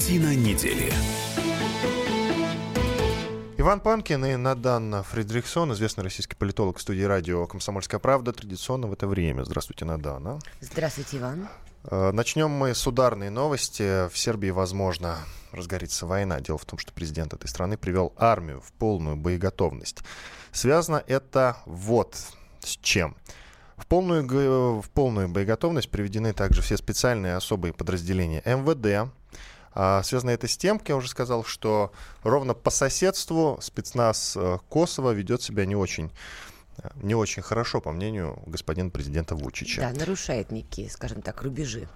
Картина недели. Иван Панкин и Надан Фридрихсон, известный российский политолог, в студии радио «Комсомольская правда», традиционно в это время. Здравствуйте, Надана. Здравствуйте, Иван. Начнем мы с ударной новости. В Сербии, возможно, разгорится война. Дело в том, что президент этой страны привел армию в полную боеготовность. Связано это вот с чем. В полную боеготовность приведены также все специальные особые подразделения МВД. Связано это с тем, как я уже сказал, что ровно по соседству спецназ Косово ведет себя не очень хорошо, по мнению господина президента Вучича. Да, нарушает некие, скажем так, рубежи,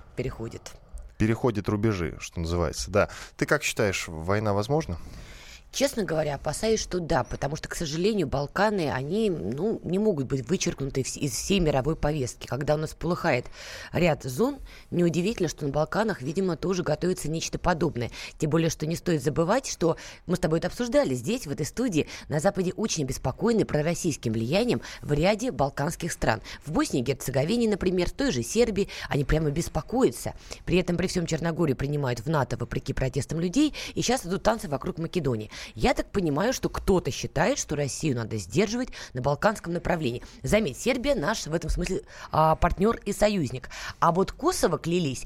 переходит рубежи, что называется. Да. Ты как считаешь, война возможна? Честно говоря, опасаюсь, что да, потому что, к сожалению, Балканы, они не могут быть вычеркнуты из всей мировой повестки. Когда у нас полыхает ряд зон, неудивительно, что на Балканах, видимо, тоже готовится нечто подобное. Тем более, что не стоит забывать, что мы с тобой это обсуждали здесь, в этой студии, на Западе очень обеспокоены пророссийским влиянием в ряде балканских стран. В Боснии и Герцеговине, например, в той же Сербии, они прямо беспокоятся. При этом при всем Черногорию принимают в НАТО вопреки протестам людей, и сейчас идут танцы вокруг Македонии. Я так понимаю, что кто-то считает, что Россию надо сдерживать на балканском направлении. Заметь, Сербия наш в этом смысле партнер и союзник. А вот Косово клялись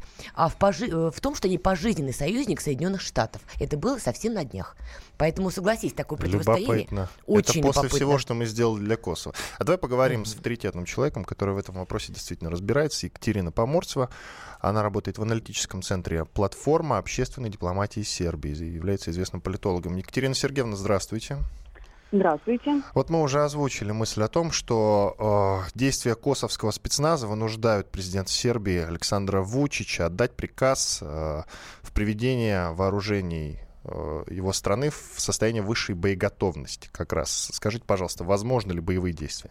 в том, что они пожизненный союзник Соединенных Штатов. Это было совсем на днях. Поэтому, согласись, такое противостояние очень Это после любопытно. всего, что мы сделали для Косово. А давай поговорим с авторитетным человеком, который в этом вопросе действительно разбирается. Екатерина Поморцева. Она работает в аналитическом центре «Платформа общественной дипломатии Сербии», является известным политологом. Екатерина Сергеевна, здравствуйте. Здравствуйте. Вот мы уже озвучили мысль о том, что действия косовского спецназа вынуждают президента Сербии Александра Вучича отдать приказ в приведение вооружений его страны в состояние высшей боеготовности как раз. Скажите, пожалуйста, возможны ли боевые действия?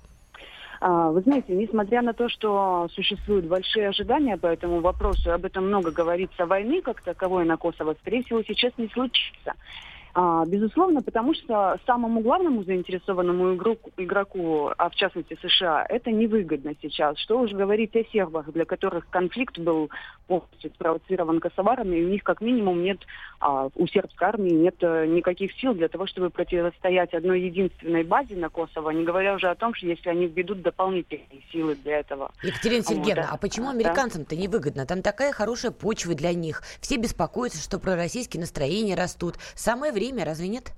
Вы знаете, несмотря на то, что существуют большие ожидания по этому вопросу, об этом много говорится, войны как таковой на Косово, скорее всего, сейчас не случится. Безусловно, потому что самому главному заинтересованному игроку, а в частности США, это невыгодно сейчас. Что уж говорить о сербах, для которых конфликт был полностью спровоцирован косоварами, и у них как минимум нет, у сербской армии нет никаких сил для того, чтобы противостоять одной единственной базе на Косово, не говоря уже о том, что если они введут дополнительные силы для этого. Екатерина Сергеевна, а почему американцам-то невыгодно? Там такая хорошая почва для них. Все беспокоятся, что пророссийские настроения растут. Самое время, разве нет?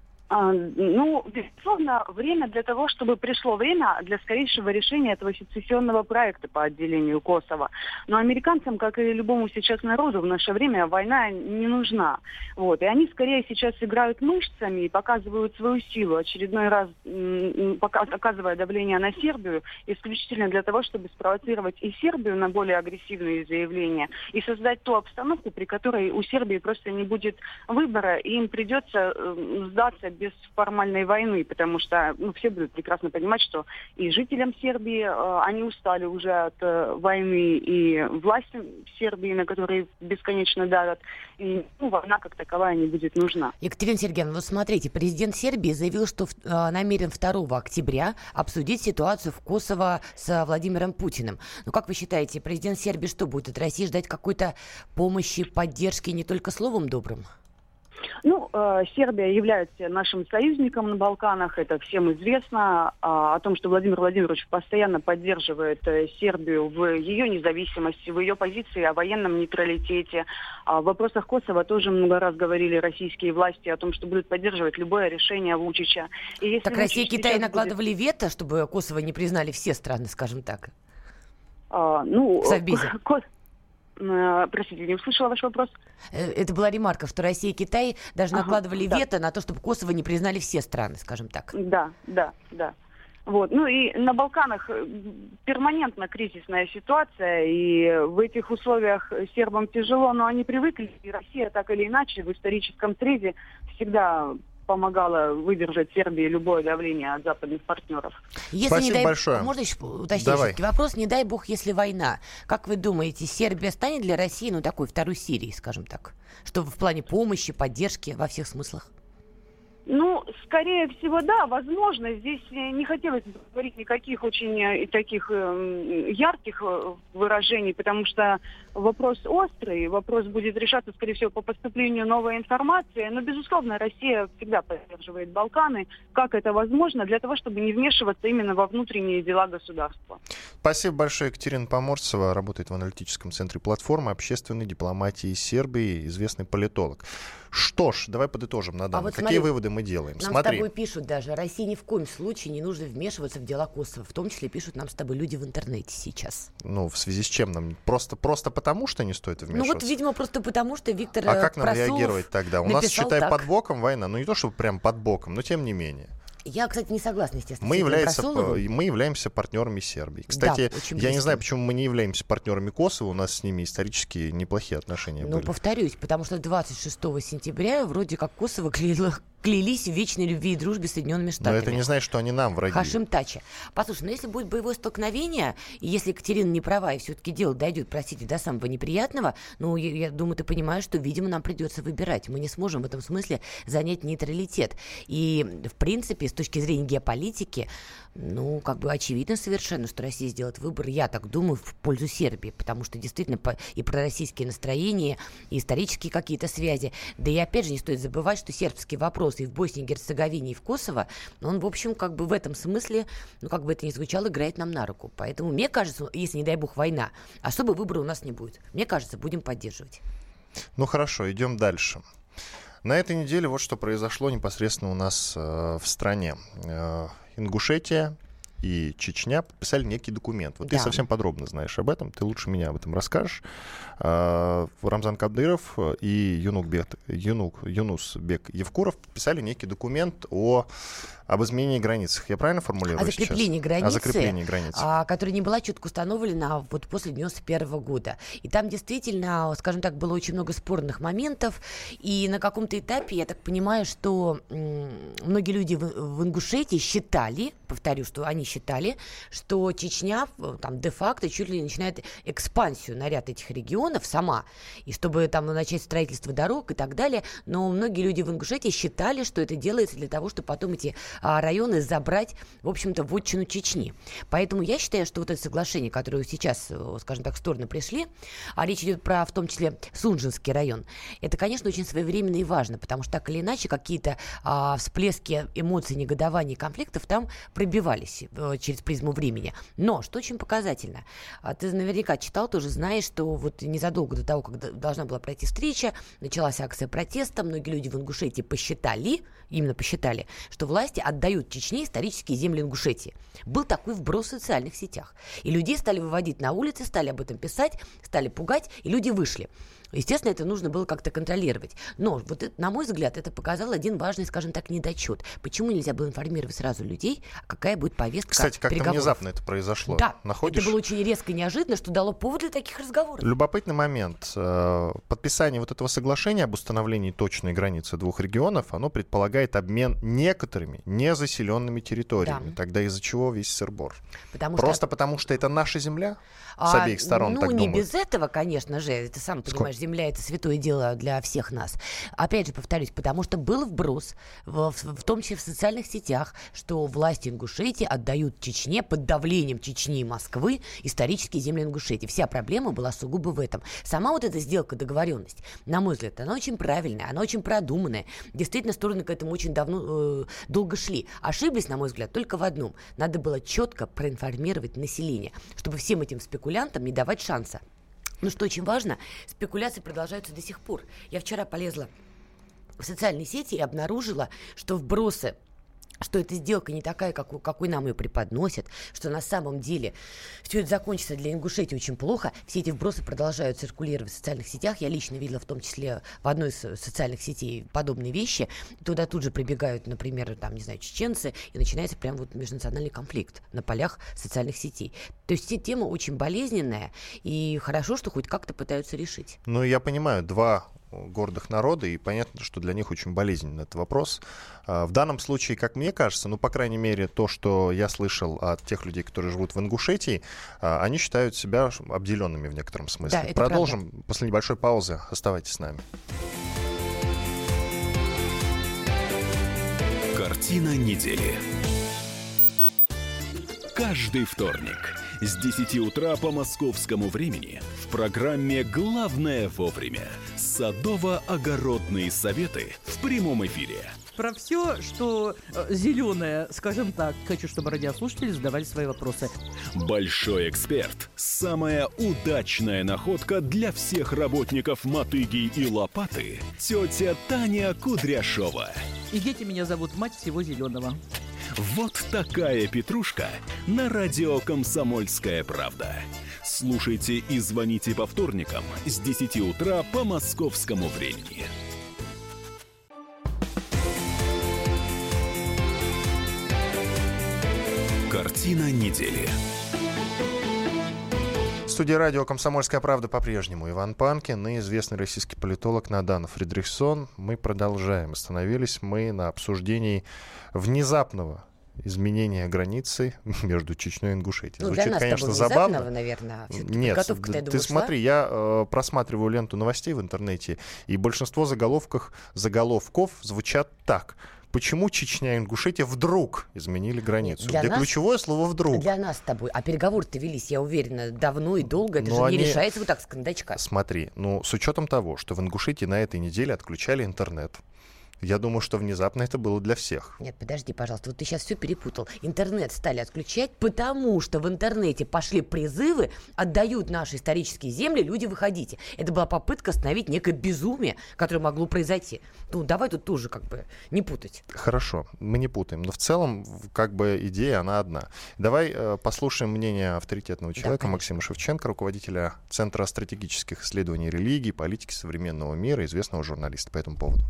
Безусловно, время для того, чтобы пришло время для скорейшего решения этого сецессионного проекта по отделению Косово. Но американцам, как и любому сейчас народу, в наше время война не нужна. Вот. И они скорее сейчас играют мышцами и показывают свою силу, очередной раз оказывая давление на Сербию, исключительно для того, чтобы спровоцировать и Сербию на более агрессивные заявления, и создать ту обстановку, при которой у Сербии просто не будет выбора, и им придется сдаться без формальной войны, потому что все будут прекрасно понимать, что и жителям Сербии они устали уже от войны, и власти Сербии, на которые бесконечно давят, и война как таковая не будет нужна. Екатерина Сергеевна, смотрите, президент Сербии заявил, что намерен 2 октября обсудить ситуацию в Косово с Владимиром Путиным. Как вы считаете, президент Сербии что будет от России ждать какой-то помощи, поддержки не только словом добрым? Сербия является нашим союзником на Балканах, это всем известно. О том, что Владимир Владимирович постоянно поддерживает Сербию в ее независимости, в ее позиции о военном нейтралитете. В вопросах Косово тоже много раз говорили российские власти о том, что будут поддерживать любое решение Вучича. Так Россия и Китай накладывали вето, чтобы Косово не признали все страны, скажем так? В Совбезе. Простите, не услышала ваш вопрос. Это была ремарка, что Россия и Китай даже накладывали вето на то, чтобы Косово не признали все страны, скажем так. Да. Вот. И на Балканах перманентно кризисная ситуация, и в этих условиях сербам тяжело, но они привыкли, и Россия так или иначе в историческом срезе всегда помогала выдержать Сербии любое давление от западных партнеров. Спасибо большое. Можно еще уточнить вопрос? Не дай бог, если война. Как вы думаете, Сербия станет для России, такой второй Сирией, скажем так? Что в плане помощи, поддержки во всех смыслах? Ну, скорее всего, да, возможно. Здесь не хотелось бы говорить никаких очень таких ярких выражений, потому что вопрос острый, вопрос будет решаться, скорее всего, по поступлению новой информации. Но, безусловно, Россия всегда поддерживает Балканы, как это возможно, для того, чтобы не вмешиваться именно во внутренние дела государства. Спасибо большое. Екатерина Поморцева работает в аналитическом центре платформы общественной дипломатии Сербии, известный политолог. Что ж, давай подытожим на данном. Какие выводы мы делаем? Нам с тобой пишут даже, России ни в коем случае не нужно вмешиваться в дела Косово. В том числе пишут нам с тобой люди в интернете сейчас. Ну, в связи с чем нам? Просто потому, что не стоит вмешиваться? Ну вот, видимо, просто потому, что Виктор А как нам Просолов реагировать тогда? У нас, считай, под боком война. Ну, не то, чтобы прям под боком, но тем не менее. Я, кстати, не согласна, естественно, мы являемся партнерами Сербии. Кстати, да, я не знаю, почему мы не являемся партнерами Косово. У нас с ними исторически неплохие отношения были. Ну, повторюсь, потому что 26 сентября вроде как Косово клялись в вечной любви и дружбе с Соединенными Штатами. Но это не значит, что они нам враги. Хашим Тачи. Послушай, если будет боевое столкновение, и если Екатерина не права, и все-таки дело дойдет, простите, до самого неприятного, ну, я думаю, ты понимаешь, что, видимо, нам придется выбирать. Мы не сможем в этом смысле занять нейтралитет. И, в принципе, с точки зрения геополитики, ну, как бы очевидно совершенно, что Россия сделает выбор, я так думаю, в пользу Сербии, потому что действительно и пророссийские настроения, и исторические какие-то связи. Да и опять же не стоит забывать, что сербский вопрос и в Боснии и Герцеговине, и в Косово, он, в общем, как бы в этом смысле, ну, как бы это ни звучало, играет нам на руку. Поэтому, мне кажется, если, не дай бог, война, особо выбора у нас не будет. Мне кажется, будем поддерживать. Ну, хорошо, идем дальше. На этой неделе вот что произошло непосредственно у нас в стране. Ингушетия и Чечня подписали некий документ. Вот да. Ты совсем подробно знаешь об этом, ты лучше меня об этом расскажешь. Рамзан Кадыров и Юнусбек Евкуров подписали некий документ об изменении границ. Я правильно формулирую сейчас? О закреплении границ. Которая не была четко установлена вот после 91 года. И там действительно, скажем так, было очень много спорных моментов. И на каком-то этапе, я так понимаю, что многие люди в Ингушетии считали, повторю, что они считали, что Чечня там де-факто чуть ли не начинает экспансию на ряд этих регионов сама. И чтобы там начать строительство дорог и так далее. Но многие люди в Ингушетии считали, что это делается для того, чтобы потом эти районы забрать, в общем-то, в вотчину Чечни. Поэтому я считаю, что вот это соглашение, которое сейчас, скажем так, стороны пришли, а речь идет про, в том числе, Сунжинский район, это, конечно, очень своевременно и важно, потому что так или иначе какие-то всплески эмоций, негодований, конфликтов там пробивались через призму времени. Но, что очень показательно, ты наверняка читал, тоже знаешь, что вот незадолго до того, как должна была пройти встреча, началась акция протеста, многие люди в Ингушетии посчитали, что власти отдают Чечне исторические земли Ингушетии. Был такой вброс в социальных сетях. И людей стали выводить на улицы, стали об этом писать, стали пугать, и люди вышли. Естественно, это нужно было как-то контролировать. Но, вот это, на мой взгляд, это показал один важный, скажем так, недочет. Почему нельзя было информировать сразу людей, какая будет повестка переговоров? Кстати, как-то переговоров. Внезапно это произошло. Да, Находишь? Это было очень резко и неожиданно, что дало повод для таких разговоров. Любопытный момент. Подписание вот этого соглашения об установлении точной границы двух регионов, оно предполагает обмен некоторыми незаселенными территориями. Да. Тогда из-за чего весь сыр-бор? Потому что это наша земля? С обеих сторон так думают? Не без этого, конечно же. Ты сам понимаешь, земля — это святое дело для всех нас. Опять же, повторюсь, потому что был вброс, в том числе в социальных сетях, что власти Ингушетии отдают Чечне под давлением Чечни и Москвы исторические земли Ингушетии. Вся проблема была сугубо в этом. Сама вот эта сделка, договоренность, на мой взгляд, она очень правильная, она очень продуманная. Действительно, стороны к этому очень долго шли. Ошиблись, на мой взгляд, только в одном. Надо было четко проинформировать население, чтобы всем этим спекулянтам не давать шанса. Но что очень важно, спекуляции продолжаются до сих пор. Я вчера полезла в социальные сети и обнаружила, что вбросы, что эта сделка не такая, какой нам ее преподносят, что на самом деле все это закончится для Ингушетии очень плохо. Все эти вбросы продолжают циркулировать в социальных сетях. Я лично видела в том числе в одной из социальных сетей подобные вещи. Туда тут же прибегают, например, там, не знаю, чеченцы, и начинается прям вот межнациональный конфликт на полях социальных сетей. То есть тема очень болезненная, и хорошо, что хоть как-то пытаются решить. Ну, я понимаю, два гордых народа, и понятно, что для них очень болезненный этот вопрос. В данном случае, как мне кажется, ну, по крайней мере, то, что я слышал от тех людей, которые живут в Ингушетии, они считают себя обделенными в некотором смысле. Да, Продолжим правда. После небольшой паузы. Оставайтесь с нами. Картина недели. Каждый вторник с 10 утра по московскому времени в программе «Главное вовремя» садово-огородные советы в прямом эфире. Про все, что зеленое, скажем так. Хочу, чтобы радиослушатели задавали свои вопросы. Большой эксперт. Самая удачная находка для всех работников мотыги и лопаты. Тетя Таня Кудряшова. И дети меня зовут мать всего зеленого. Вот такая петрушка на радио «Комсомольская правда». Слушайте и звоните по вторникам с 10 утра по московскому времени. Картина недели. В студии радио «Комсомольская правда» по-прежнему Иван Панкин и известный российский политолог Надан Фридрихсон. Мы продолжаем. Остановились мы на обсуждении внезапного изменения границы между Чечней и Ингушетией. Ну, Звучит, для нас конечно, забавно, забавно. наверное. Нет, ты смотри, я просматриваю ленту новостей в интернете, и большинство заголовков звучат так. Почему Чечня и Ингушетия вдруг изменили границу? Где ключевое слово «вдруг». Для нас с тобой. А переговоры-то велись, я уверена, давно и долго. Это же не решается вот так с кондачка. Смотри, с учетом того, что в Ингушетии на этой неделе отключали интернет, я думаю, что внезапно это было для всех. Нет, подожди, пожалуйста, вот ты сейчас все перепутал. Интернет стали отключать, потому что в интернете пошли призывы, отдают наши исторические земли, люди, выходите. Это была попытка остановить некое безумие, которое могло произойти. Ну, давай тут тоже не путать. Хорошо, мы не путаем, но в целом идея, она одна. Давай послушаем мнение авторитетного человека Максима Шевченко, руководителя Центра стратегических исследований религии, политики современного мира, известного журналиста по этому поводу.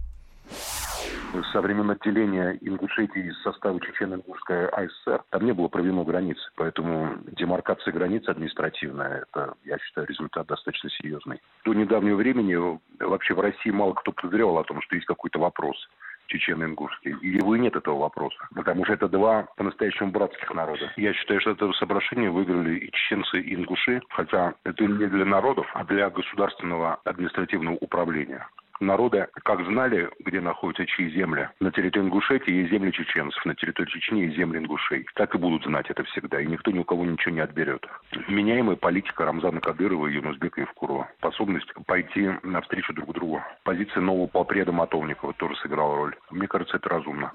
Со времен отделения Ингушетии из состава Чечено-Ингушской АССР там не было проведено границы, поэтому демаркация границы административная, это, я считаю, результат достаточно серьезный. До недавнего времени вообще в России мало кто подозревал о том, что есть какой-то вопрос чечено-ингушский. И его и нет этого вопроса, потому что это два по-настоящему братских народа. Я считаю, что это соображение выиграли и чеченцы, и ингуши, хотя это не для народов, а для государственного административного управления. Народы как знали, где находятся чьи земли. На территории Ингушетии есть земли чеченцев, на территории Чечни есть земли ингушей. Так и будут знать это всегда, и никто ни у кого ничего не отберет. Вменяемая политика Рамзана Кадырова и Юнусбека Евкурова. Способность пойти навстречу друг другу. Позиция нового полпреда Матовникова тоже сыграла роль. Мне кажется, это разумно.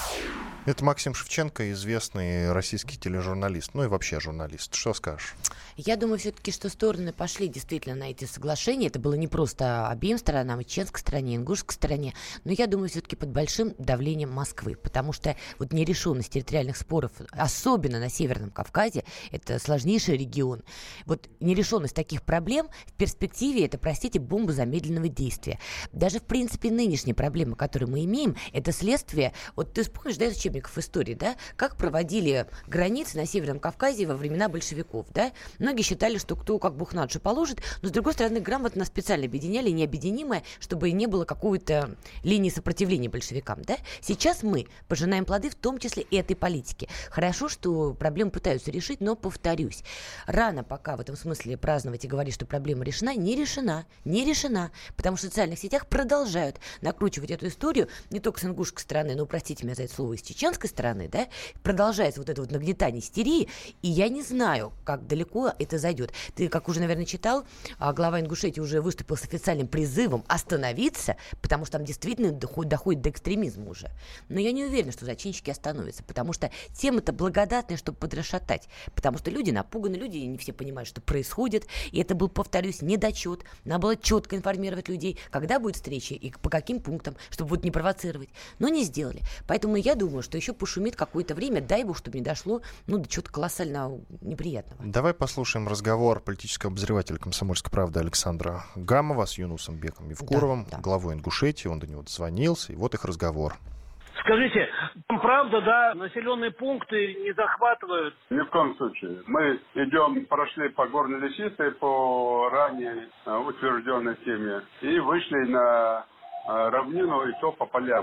Это Максим Шевченко, известный российский тележурналист, и вообще журналист. Что скажешь? Я думаю все-таки, что стороны пошли действительно на эти соглашения. Это было не просто обеим сторонам, и чеченской стороне, и ингушской стороне, но я думаю все-таки под большим давлением Москвы, потому что нерешенность территориальных споров, особенно на Северном Кавказе, это сложнейший регион. Нерешенность таких проблем в перспективе это, бомба замедленного действия. Даже, в принципе, нынешние проблемы, которые мы имеем, это следствие, ты вспомнишь, из учебников истории, как проводили границы на Северном Кавказе во времена большевиков, Многие считали, что кто как бог на душу положит, но, с другой стороны, грамотно специально объединяли необъединимое, чтобы не было какой-то линии сопротивления большевикам, Сейчас мы пожинаем плоды, в том числе и этой политики. Хорошо, что проблему пытаются решить, но, повторюсь, рано пока в этом смысле праздновать и говорить, что проблема решена, не решена, потому что в социальных сетях продолжают накручивать эту историю не только с ингушской стороны, но, простите меня за это слово, и с чеченской стороны, продолжается это нагнетание истерии, и я не знаю, как далеко это зайдет. Ты, как уже, наверное, читал, глава Ингушетии уже выступил с официальным призывом остановиться, потому что там действительно доходит до экстремизма уже. Но я не уверена, что зачинщики остановятся, потому что тема-то благодатная, чтобы подрасшатать, потому что люди напуганы, люди не все понимают, что происходит, и это был, повторюсь, недочет. Надо было четко информировать людей, когда будет встреча и по каким пунктам, чтобы не провоцировать. Но не сделали. Поэтому я думаю, что еще пошумит какое-то время, дай бог, чтобы не дошло до чего-то колоссально неприятного. Давай послушаем разговор политического обозревателя «Комсомольской правды» Александра Гамова с Юнусом Беком Евкуровым, главой Ингушетии. Он до него дозвонился, и вот их разговор. Скажите, правда, населенные пункты не захватывают? Ни в коем случае. Мы прошли по горной лесистой, по ранее утвержденной теме, и вышли на равнину, и то по полям.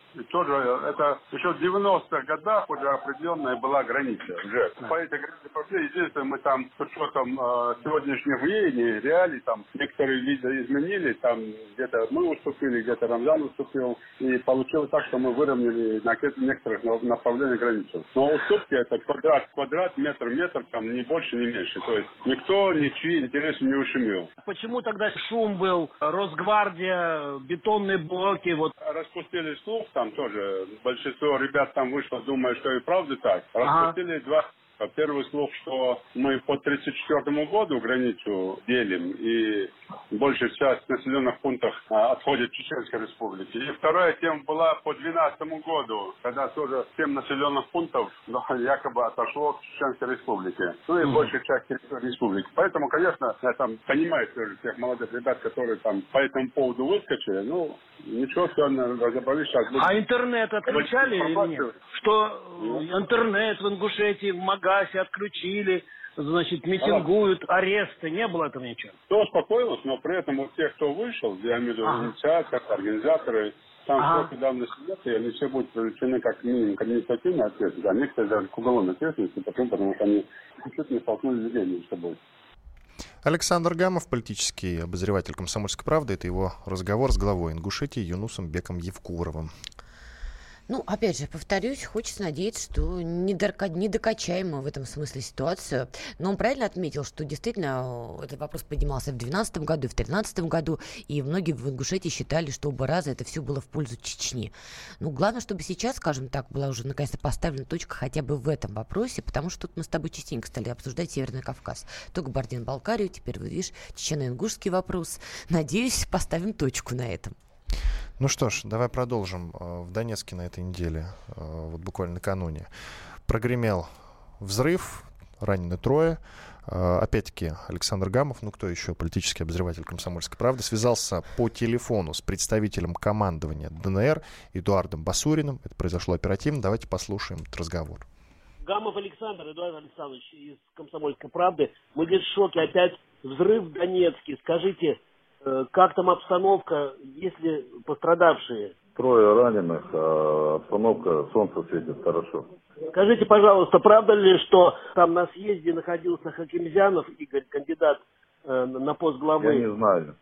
И тоже это еще в 90-х годах уже определенная была граница уже. По этой границе пошли. Единственное, мы там с учетом сегодняшних веяний, реалий, там некоторые виды изменили, там где-то мы уступили, где-то Рамзан уступил. И получилось так, что мы выровняли на некоторых направлениях границу. Но уступки это квадрат, метр, там ни больше, ни меньше. То есть никто ничьи интересы не ущемил. Почему тогда шум был? Росгвардия, бетонные блоки, вот. Распустили слух, там тоже большинство ребят там вышло, думая, что и правда так. Распустили два. Первый слух, что мы по 1934 году границу делим, и большая часть населенных пунктов отходит в Чеченской Республике. И вторая тема была по 2012 году, когда тоже 7 населенных пунктов якобы отошло к Чеченской Республике. Ну и большая часть территории республики. Поэтому, конечно, я там понимаю тоже тех молодых ребят, которые там по этому поводу выскочили. Ну, ничего, все разобрались сейчас. А интернет отключали или нет? Что интернет в Ингушетии, в Магасе отключили, значит, митингуют, аресты. Не было этого ничего? Все успокоилось, но при этом вот тех, кто вышел, я имею в виду инициаторы, организаторы, там сроки давности нет, и они все будут привлечены как минимум к административной ответственности, а некоторые даже к уголовной ответственности, потому что они чуть не столкнули людей между собой. Александр Гамов, политический обозреватель «Комсомольской правды». Это его разговор с главой Ингушетии Юнусом Беком Евкуровым. Ну, опять же, повторюсь, хочется надеяться, что не докачаем мы в этом смысле ситуацию. Но он правильно отметил, что действительно этот вопрос поднимался в 2012 году, и в 2013 году, и многие в Ингушетии считали, что оба раза это все было в пользу Чечни. Ну, главное, чтобы сейчас, скажем так, была уже наконец-то поставлена точка хотя бы в этом вопросе, потому что тут мы с тобой частенько стали обсуждать Северный Кавказ. То Кабардино-Балкарию, теперь, видишь, чечено-ингушский вопрос. Надеюсь, поставим точку на этом. Ну что ж, давай продолжим. В Донецке на этой неделе, вот буквально накануне, прогремел взрыв, ранены 3. Опять-таки Александр Гамов, ну кто еще, политический обозреватель «Комсомольской правды», связался по телефону с представителем командования ДНР Эдуардом Басуриным. Это произошло оперативно. Давайте послушаем этот разговор. Гамов Александр, Эдуард Александрович из «Комсомольской правды». Мы здесь в шоке. Опять взрыв в Донецке. Скажите, как там обстановка, есть ли пострадавшие? 3 раненых, а обстановка, солнце светит хорошо. Скажите, пожалуйста, правда ли, что там на съезде находился Хакимзянов Игорь, кандидат на пост главы? Я не знаю.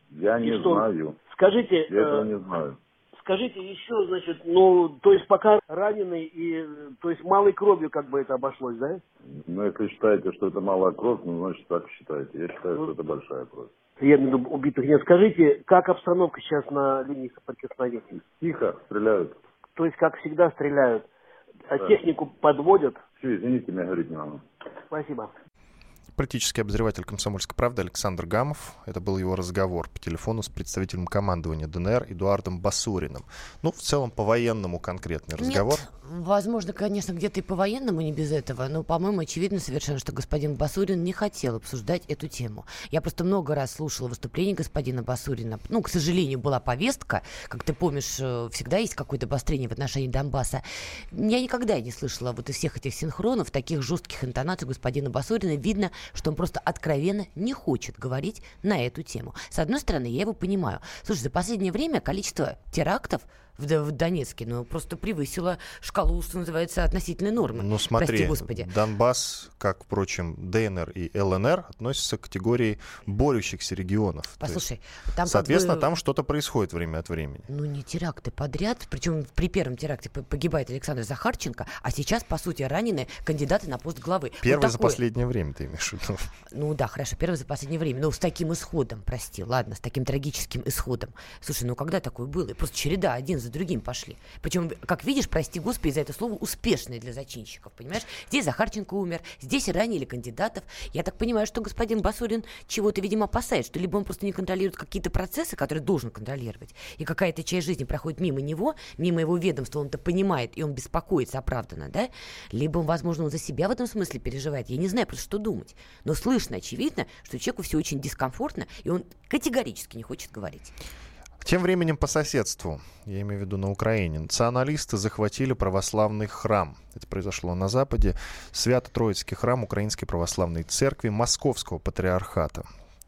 Скажите, я этого не знаю. Скажите еще, значит, то есть пока раненый, и, то есть малой кровью как бы это обошлось, да? Ну, если считаете, что это малая кровь, значит так считаете. Я считаю, что это большая кровь. Я имею в виду убитых нет. Скажите, как обстановка сейчас на линии соприкосновения? Тихо, стреляют. То есть, как всегда, стреляют. А технику подводят? Все, извините, меня говорить не надо. Спасибо. Политический обозреватель «Комсомольской правды» Александр Гамов. Это был его разговор по телефону с представителем командования ДНР Эдуардом Басуриным. Ну, в целом, по-военному конкретный разговор. Нет, возможно, конечно, где-то и по-военному, не без этого, но, по-моему, очевидно совершенно, что господин Басурин не хотел обсуждать эту тему. Я просто много раз слушала выступление господина Басурина. Ну, к сожалению, была повестка. Как ты помнишь, всегда есть какое-то обострение в отношении Донбасса. Я никогда не слышала вот из всех этих синхронов, таких жестких интонаций господина Басурина. Видно, что он просто откровенно не хочет говорить на эту тему. С одной стороны, я его понимаю. Слушай, за последнее время количество терактов в Донецке, просто превысило шкалу, что называется, относительной нормы. Ну смотри, прости господи. Донбасс, как, впрочем, ДНР и ЛНР, относятся к категории борющихся регионов. Послушай, там соответственно, там что-то происходит время от времени. Ну, не теракты подряд, причем при первом теракте погибает Александр Захарченко, а сейчас, по сути, ранены кандидаты на пост главы. Первый за последнее время, ты имеешь в виду? Ну да, хорошо, первый за последнее время, но с таким исходом, прости, ладно, с таким трагическим исходом. Слушай, когда такое было? Просто череда один за другим пошли. Причем, как видишь, прости господи за это слово, успешные для зачинщиков, понимаешь? Здесь Захарченко умер, здесь и ранили кандидатов. Я так понимаю, что господин Басурин чего-то, видимо, опасается, что либо он просто не контролирует какие-то процессы, которые должен контролировать, и какая-то часть жизни проходит мимо него, мимо его ведомства, он это понимает, и он беспокоится оправданно, да? Либо, возможно, он за себя в этом смысле переживает. Я не знаю просто, что думать. Но слышно, очевидно, что человеку все очень дискомфортно, и он категорически не хочет говорить. Тем временем по соседству, я имею в виду на Украине, националисты захватили православный храм. Это произошло на Западе. Свято-Троицкий храм Украинской православной церкви Московского патриархата.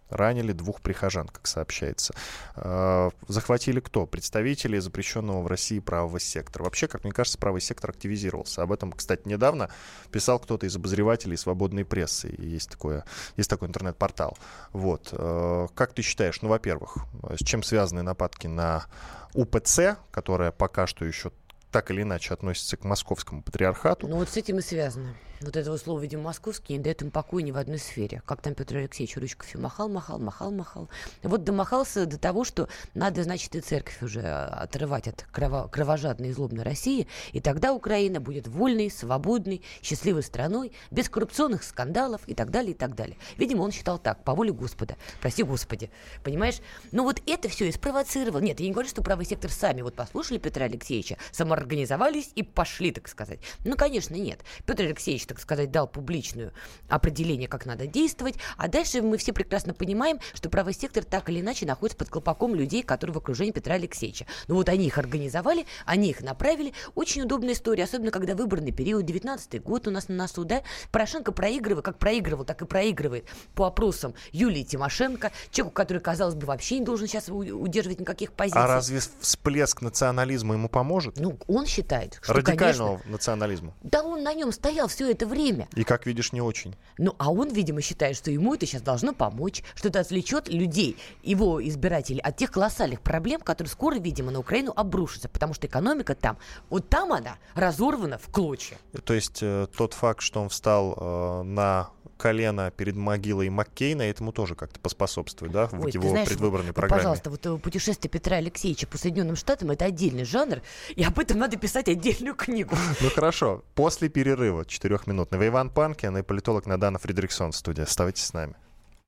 ранили 2 прихожан, как сообщается. Захватили кто? Представители запрещенного в России правого сектора. Вообще, как мне кажется, правый сектор активизировался. Об этом, кстати, недавно писал кто-то из обозревателей «Свободной прессы». Есть такой интернет-портал. Вот. Как ты считаешь, во-первых, с чем связаны нападки на УПЦ, которая пока что еще так или иначе относится к московскому патриархату? Ну вот с этим и связано. Вот этого слова, видимо, московский не дает им покоя ни в одной сфере. Как там Петр Алексеевич ручкой махал. Вот домахался до того, что надо, значит, и церковь уже отрывать от кровожадной и злобной России, и тогда Украина будет вольной, свободной, счастливой страной, без коррупционных скандалов и так далее, и так далее. Видимо, он считал так, по воле Господа. Прости, Господи. Понимаешь? Ну вот это все и спровоцировало. Нет, я не говорю, что правый сектор сами вот послушали Петра Алексеевича, самоорганизовались и пошли, так сказать. Ну, конечно, нет. Петр Алексеевич, так сказать, дал публичное определение, как надо действовать, а дальше мы все прекрасно понимаем, что правый сектор так или иначе находится под колпаком людей, которые в окружении Петра Алексеевича. Ну вот они их организовали, они их направили. Очень удобная история, особенно когда выборный период, 19-й год у нас на носу, да? Порошенко проигрывает, как проигрывал, так и проигрывает по опросам Юлии Тимошенко, человеку, который, казалось бы, вообще не должен сейчас удерживать никаких позиций. А разве всплеск национализма ему поможет? Ну, он считает, что, радикального, конечно, национализма. Да он на нем стоял все это время. И, как видишь, не очень. Ну, а он, видимо, считает, что ему это сейчас должно помочь, что это отвлечет людей, его избирателей, от тех колоссальных проблем, которые скоро, видимо, на Украину обрушатся, потому что экономика там, вот там она разорвана в клочья. То есть тот факт, что он встал на колено перед могилой Маккейна, этому тоже как-то поспособствует, да, в его предвыборной программе. Пожалуйста, вот путешествие Петра Алексеевича по Соединенным Штатам — это отдельный жанр, и об этом надо писать отдельную книгу. Ну хорошо, после перерыва 4-минутного Иван Панкин и политолог Надана Фридрихсон в студии. Оставайтесь с нами.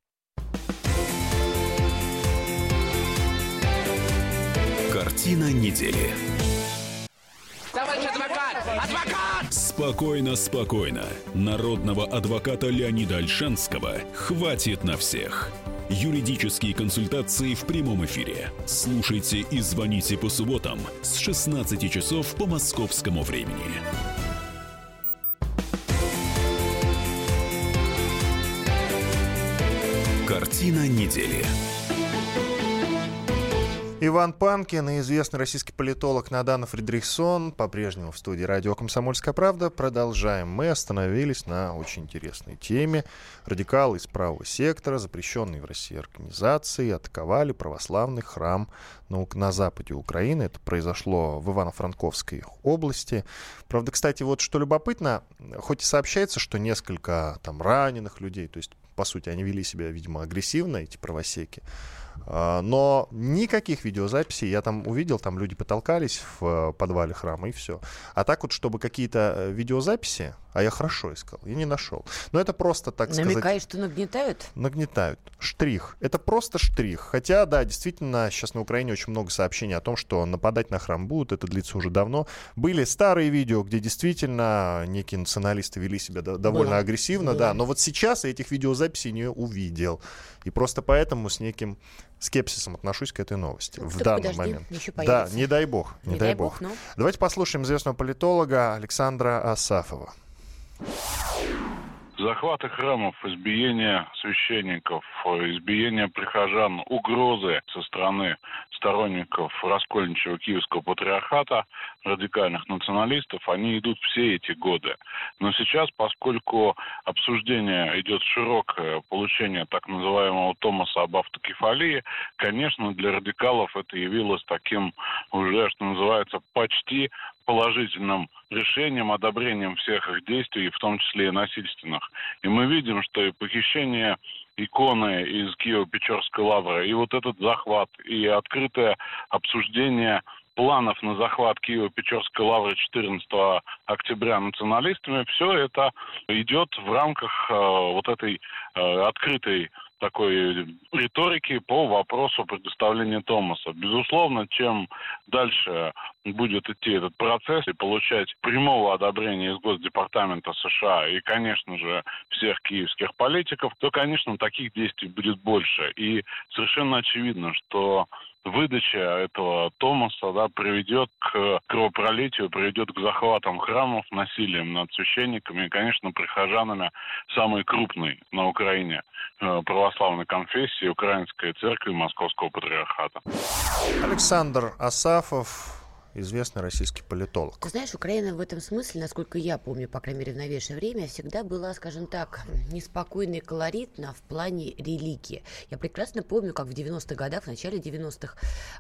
Картина недели. Товарищ адвокат! Адвокат! Спокойно, спокойно. Народного адвоката Леонида Ольшанского хватит на всех. Юридические консультации в прямом эфире. Слушайте и звоните по субботам с 16 часов по московскому времени. Картина недели. Иван Панкин и известный российский политолог Надана Фридрихсон по-прежнему в студии радио «Комсомольская правда». Продолжаем. Мы остановились на очень интересной теме. Радикалы из правого сектора, запрещенные в России организации, атаковали православный храм на западе Украины. Это произошло в Ивано-Франковской области. Правда, кстати, вот что любопытно, хоть и сообщается, что несколько там раненых людей, то есть, по сути, они вели себя, видимо, агрессивно, эти правосеки, но никаких видеозаписей. Я там увидел, там люди потолкались в подвале храма, и все. А так вот, чтобы какие-то видеозаписи, а я хорошо искал, я не нашел. Но это просто, так сказать... Намекаешь, что нагнетают? Нагнетают. Штрих. Это просто штрих. Хотя, да, действительно, сейчас на Украине очень много сообщений о том, что нападать на храм будут. Это длится уже давно. Были старые видео, где действительно некие националисты вели себя довольно агрессивно, да. Но вот сейчас я этих видеозаписей не увидел. И просто поэтому с неким скепсисом отношусь к этой новости в данный момент. Да, не дай бог. Не дай бог. Ну. Давайте послушаем известного политолога Александра Асафова. Захваты храмов, избиение священников, избиение прихожан, угрозы со стороны сторонников раскольничьего киевского патриархата, радикальных националистов, они идут все эти годы. Но сейчас, поскольку обсуждение идет широкое, получение так называемого Томаса об автокефалии, конечно, для радикалов это явилось таким уже, что называется, почти положительным решением, одобрением всех их действий, в том числе и насильственных. И мы видим, что и похищение иконы из Киево-Печорской лавры, и вот этот захват, и открытое обсуждение планов на захват Киево-Печорской лавры 14 октября националистами, все это идет в рамках вот этой открытой такой риторики по вопросу предоставления Томаса. Безусловно, чем дальше будет идти этот процесс и получать прямого одобрения из Госдепартамента США и, конечно же, всех киевских политиков, то, конечно, таких действий будет больше. И совершенно очевидно, что выдача этого Томаса, да, приведет к кровопролитию, приведет к захватам храмов, насилием над священниками и, конечно, прихожанами самой крупной на Украине православной православной конфессии Украинской церкви Московского патриархата. Александр Асафов, известный российский политолог. Ты знаешь, Украина в этом смысле, насколько я помню, по крайней мере, в новейшее время, всегда была, скажем так, неспокойна и колоритна в плане религии. Я прекрасно помню, как в 90-х годах, в начале 90-х,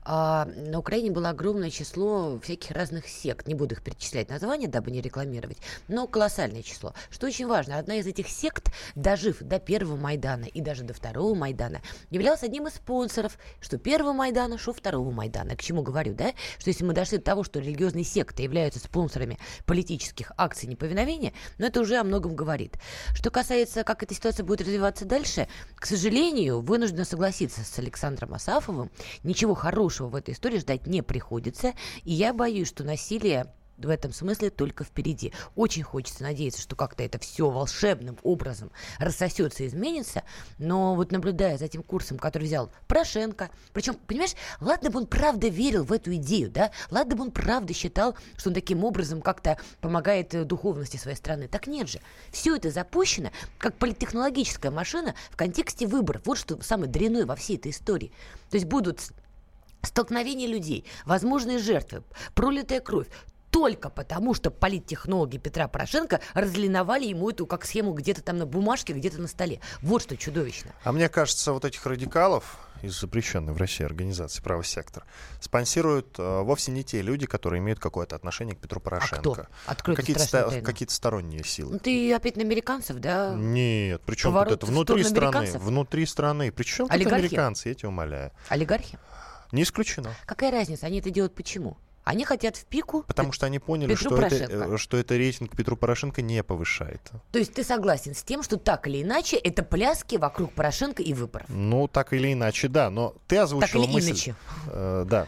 на Украине было огромное число всяких разных сект. Не буду их перечислять названия, дабы не рекламировать, но колоссальное число. Что очень важно, одна из этих сект, дожив до первого Майдана и даже до второго Майдана, являлась одним из спонсоров, что первого Майдана, что второго Майдана. К чему говорю, да? Что если мы дошли до того, что религиозные секты являются спонсорами политических акций неповиновения, но это уже о многом говорит. Что касается, как эта ситуация будет развиваться дальше, к сожалению, вынуждена согласиться с Александром Асафовым. Ничего хорошего в этой истории ждать не приходится, и я боюсь, что насилие в этом смысле только впереди. Очень хочется надеяться, что как-то это все волшебным образом рассосется и изменится, но вот наблюдая за тем курсом, который взял Порошенко, причем, понимаешь, ладно бы он правда верил в эту идею, да, ладно бы он правда считал, что он таким образом как-то помогает духовности своей страны, так нет же. Все это запущено как политтехнологическая машина в контексте выборов. Вот что самое дрянное во всей этой истории. То есть будут столкновения людей, возможные жертвы, пролитая кровь, только потому, что политтехнологи Петра Порошенко разлиновали ему эту как схему где-то там на бумажке, где-то на столе. Вот что чудовищно. А мне кажется, вот этих радикалов из запрещенной в России организации «Правый сектор» спонсируют вовсе не те люди, которые имеют какое-то отношение к Петру Порошенко. А кто? Какие-то сторонние силы. Ну, ты опять на американцев, да? Нет, причем вот это внутри страны. Внутри страны. Причем тут американцы, я тебя умоляю. Олигархи? Не исключено. Какая разница? Они это делают почему? Они хотят в пику. Потому что они поняли, что это рейтинг Петру Порошенко не повышает. То есть ты согласен с тем, что так или иначе это пляски вокруг Порошенко и выборов? Ну, так или иначе, да. Но ты озвучила мысль... иначе. Да.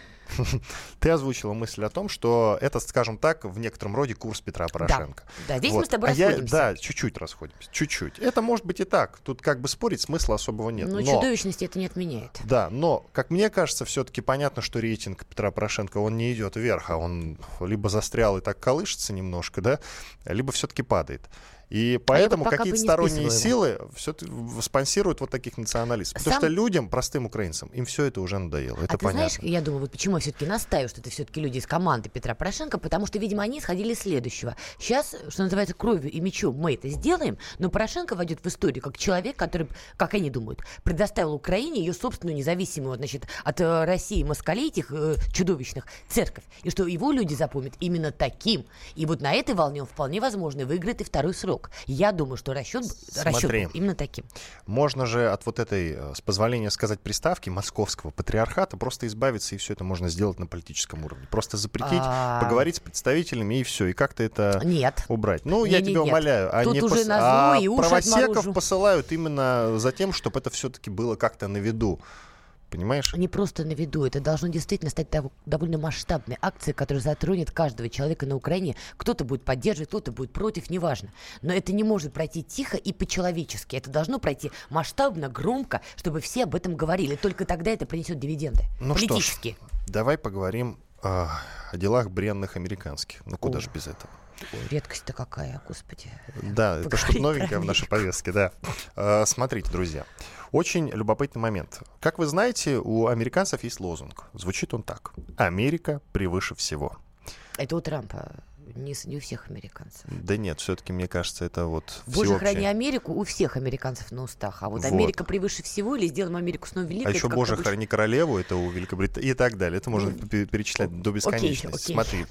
Ты озвучила мысль о том, что это, скажем так, в некотором роде курс Петра Порошенко. Да, здесь мы с тобой расходимся. Да, чуть-чуть расходимся. Чуть-чуть. Это может быть и так. Тут как бы спорить смысла особого нет. Но чудовищности это не отменяет. Да, но, как мне кажется, все-таки понятно, что рейтинг Петра Порошенко, он не идет вверх, а он либо застрял и так колышется немножко, да, либо все-таки падает. И поэтому какие-то сторонние силы все спонсируют вот таких националистов. Потому что людям, простым украинцам, им все это уже надоело. Это понятно. Ты знаешь, я думаю, вот почему я все-таки настаиваю, что это все-таки люди из команды Петра Порошенко, потому что, видимо, они исходили из следующего. Сейчас, что называется, кровью и мечом мы это сделаем, но Порошенко войдет в историю как человек, который, как они думают, предоставил Украине ее собственную независимую, значит, от России москалей этих чудовищных церковь. И что его люди запомнят именно таким. И вот на этой волне он вполне возможно выиграет и второй срок. Я думаю, что расчет был именно таким. Можно же от вот этой, с позволения сказать, приставки московского патриархата просто избавиться, и все это можно сделать на политическом уровне. Просто запретить, поговорить с представителями, и все. И как-то это убрать. Ну, я тебя умоляю. Тут уже назло и уши правосеков посылают именно за тем, чтобы это все-таки было как-то на виду. Понимаешь? Не просто на виду. Это должно действительно стать довольно масштабной акцией, которая затронет каждого человека на Украине. Кто-то будет поддерживать, кто-то будет против, неважно. Но это не может пройти тихо и по-человечески. Это должно пройти масштабно, громко, чтобы все об этом говорили. Только тогда это принесет дивиденды. Ну политические. Что ж, давай поговорим о делах бренных американских. Ну куда же без этого? Редкость-то какая, господи. Да, это что-то новенькое в нашей повестке, да. Смотрите, друзья, очень любопытный момент. Как вы знаете, у американцев есть лозунг. Звучит он так. «Америка превыше всего». Это у Трампа. Не у всех американцев. Да нет, все-таки, мне кажется, это вот Боже, всеобщее. храни Америку у всех американцев на устах. А вот Америка превыше всего, или сделаем Америку снова великой. А еще Боже, храни королеву, это у Великобритании и так далее. Это можно перечислять до бесконечности. Смотри,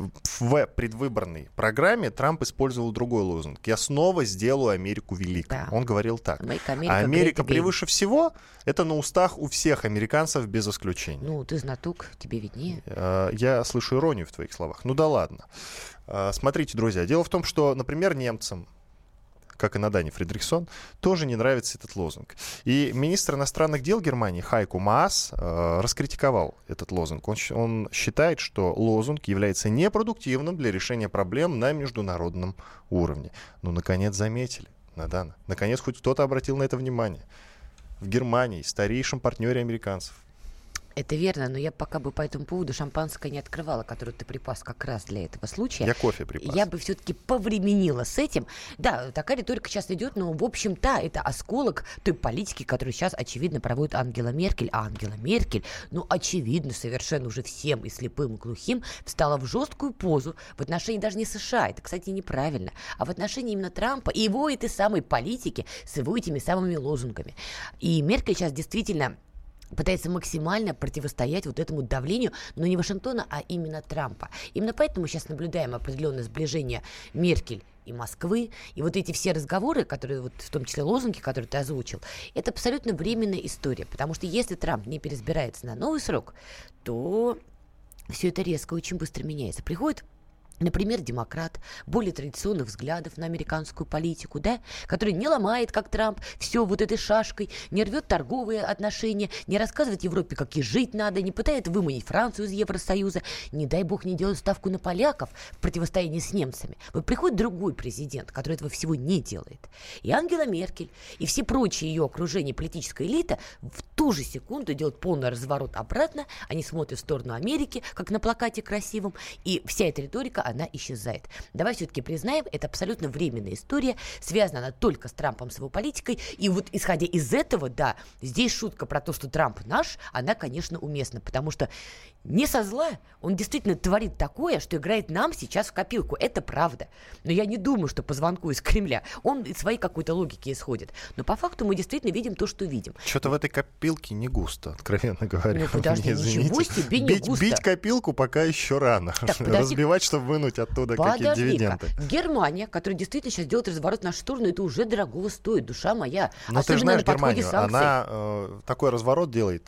в предвыборной программе Трамп использовал другой лозунг. «Я снова сделаю Америку великой». Да. Он говорил так. Америка превыше всего, это на устах у всех американцев без исключения. Ну, ты знаток, тебе виднее. Я слышу иронию в твоих словах. Ну да ладно. Смотрите, друзья, дело в том, что, например, немцам, как и Надане Фридрихсон, тоже не нравится этот лозунг. И министр иностранных дел Германии Хайко Маас раскритиковал этот лозунг. Он считает, что лозунг является непродуктивным для решения проблем на международном уровне. Ну, наконец, заметили, Надана. Наконец, хоть кто-то обратил на это внимание. В Германии, старейшем партнере американцев. Это верно, но я пока бы по этому поводу шампанское не открывала, которое ты припас как раз для этого случая. Я кофе припас. Я бы все-таки повременила с этим. Да, такая риторика сейчас идет, но, в общем-то, это осколок той политики, которую сейчас, очевидно, проводит Ангела Меркель. А Ангела Меркель, очевидно, совершенно уже всем и слепым, и глухим, встала в жесткую позу в отношении даже не США, это, кстати, неправильно, а в отношении именно Трампа и его этой самой политики с его этими самыми лозунгами. И Меркель сейчас действительно пытается максимально противостоять вот этому давлению, но не Вашингтона, а именно Трампа. Именно поэтому мы сейчас наблюдаем определенное сближение Меркель и Москвы, и вот эти все разговоры, которые, вот, в том числе лозунги, которые ты озвучил, это абсолютно временная история, потому что если Трамп не переизбирается на новый срок, то все это резко, очень быстро меняется. Приходит, например, демократ, более традиционных взглядов на американскую политику, да, который не ломает, как Трамп, все вот этой шашкой, не рвет торговые отношения, не рассказывает Европе, как ей жить надо, не пытается выманить Францию из Евросоюза, не дай бог не делает ставку на поляков в противостоянии с немцами. Вот приходит другой президент, который этого всего не делает. И Ангела Меркель, и все прочие ее окружение, политическая элита в ту же секунду делают полный разворот обратно, они смотрят в сторону Америки, как на плакате красивом, и вся эта риторика, она исчезает. Давай все-таки признаем, это абсолютно временная история, связана она только с Трампом, с его политикой, и вот исходя из этого, да, здесь шутка про то, что Трамп наш, она, конечно, уместна, потому что не со зла, он действительно творит такое, что играет нам сейчас в копилку, это правда. Но я не думаю, что по звонку из Кремля он из своей какой-то логики исходит. Но по факту мы действительно видим то, что видим. Что-то в этой копилке не густо, откровенно говоря. Ну подожди, ничего себе не густо. Бить копилку пока еще рано. Так, разбивать, чтобы вынуть оттуда какие-то дивиденды. Германия, которая действительно сейчас делает разворот в нашу сторону, это уже дорого стоит, душа моя. Но ты же знаешь Германию, она такой разворот делает.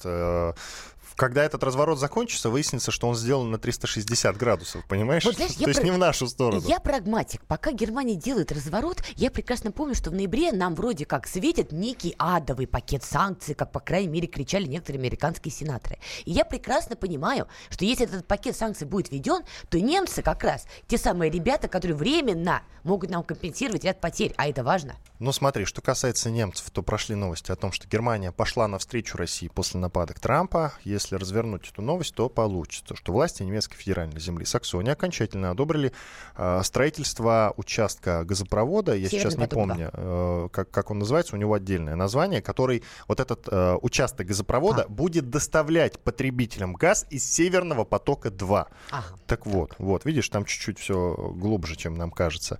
Когда этот разворот закончится, выяснится, что он сделан на 360 градусов, понимаешь? Вот, знаешь, то есть не в нашу сторону. Я прагматик. Пока Германия делает разворот, я прекрасно помню, что в ноябре нам вроде как светит некий адовый пакет санкций, как, по крайней мере, кричали некоторые американские сенаторы. И я прекрасно понимаю, что если этот пакет санкций будет введен, то немцы как раз те самые ребята, которые временно могут нам компенсировать ряд потерь, а это важно. Ну смотри, что касается немцев, то прошли новости о том, что Германия пошла навстречу России после нападок Трампа. Если развернуть эту новость, то получится, что власти немецкой федеральной земли Саксонии окончательно одобрили строительство участка газопровода. Я сейчас не помню, как он называется, у него отдельное название, который вот этот участок газопровода будет доставлять потребителям газ из Северного потока-2. Так вот, видишь, там чуть-чуть все глубже, чем нам кажется.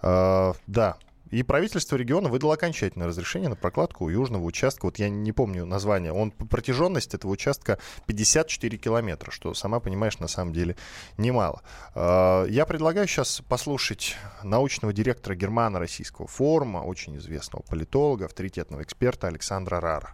Да. И правительство региона выдало окончательное разрешение на прокладку южного участка. Вот я не помню название. Протяженность этого участка 54 километра, что, сама понимаешь, на самом деле немало. Я предлагаю сейчас послушать научного директора Германо-Российского форума, очень известного политолога, авторитетного эксперта Александра Рара.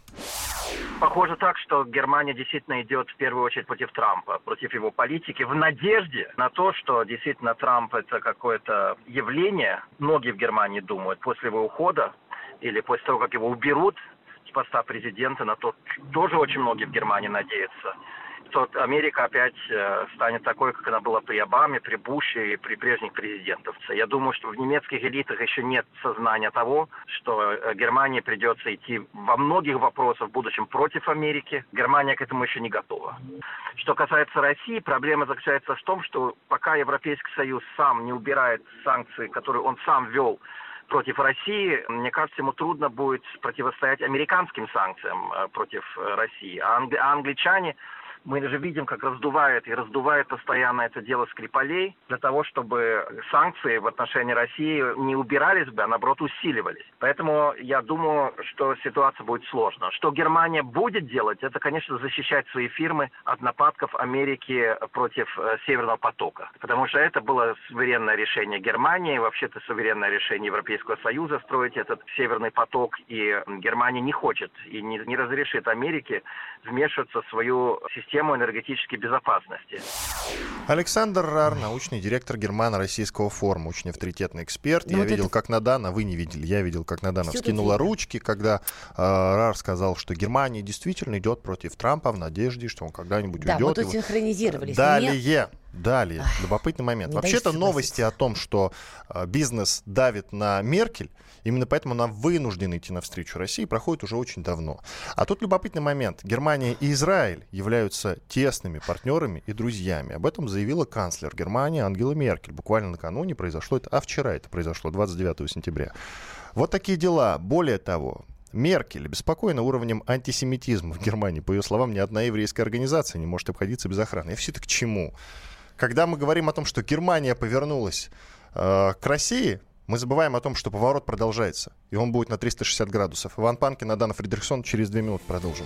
Похоже так, что Германия действительно идет в первую очередь против Трампа, против его политики, в надежде на то, что действительно Трамп это какое-то явление. Многие в Германии думают, после его ухода или после того, как его уберут с поста президента, на то тоже очень многие в Германии надеются. То Америка опять станет такой, как она была при Обаме, при Буше и при прежних президентах. Я думаю, что в немецких элитах еще нет сознания того, что Германии придется идти во многих вопросах в будущем против Америки. Германия к этому еще не готова. Что касается России, проблема заключается в том, что пока Европейский Союз сам не убирает санкции, которые он сам ввел против России, мне кажется, ему трудно будет противостоять американским санкциям против России. А англичане... Мы же видим, как раздувает постоянно это дело Скрипалей для того, чтобы санкции в отношении России не убирались бы, а наоборот усиливались. Поэтому я думаю, что ситуация будет сложна. Что Германия будет делать, это, конечно, защищать свои фирмы от нападков Америки против Северного потока. Потому что это было суверенное решение Германии, вообще-то суверенное решение Европейского Союза строить этот Северный поток. И Германия не хочет и не разрешит Америке вмешиваться в свою систему энергетической безопасности. Александр Рар, научный директор Германо-Российского форума, очень авторитетный эксперт. Я видел, как Надана, вы не видели, я видел, как Надана вскинула ручки, когда Рар сказал, что Германия действительно идет против Трампа в надежде, что он когда-нибудь уйдет. Да, мы тут синхронизировались. Далее Далее, любопытный момент. Вообще-то новости о том, что бизнес давит на Меркель, именно поэтому она вынуждена идти навстречу России, проходит уже очень давно. А тут любопытный момент. Германия и Израиль являются тесными партнерами и друзьями. Об этом заявила канцлер Германии Ангела Меркель. Буквально накануне произошло это, а вчера это произошло, 29 сентября. Вот такие дела. Более того, Меркель обеспокоена уровнем антисемитизма в Германии. По ее словам, ни одна еврейская организация не может обходиться без охраны. И все это к чему? Когда мы говорим о том, что Германия повернулась к России, мы забываем о том, что поворот продолжается. И он будет на 360 градусов. Иван Панкин, Надана Фридрихсон. Через 2 минуты продолжим.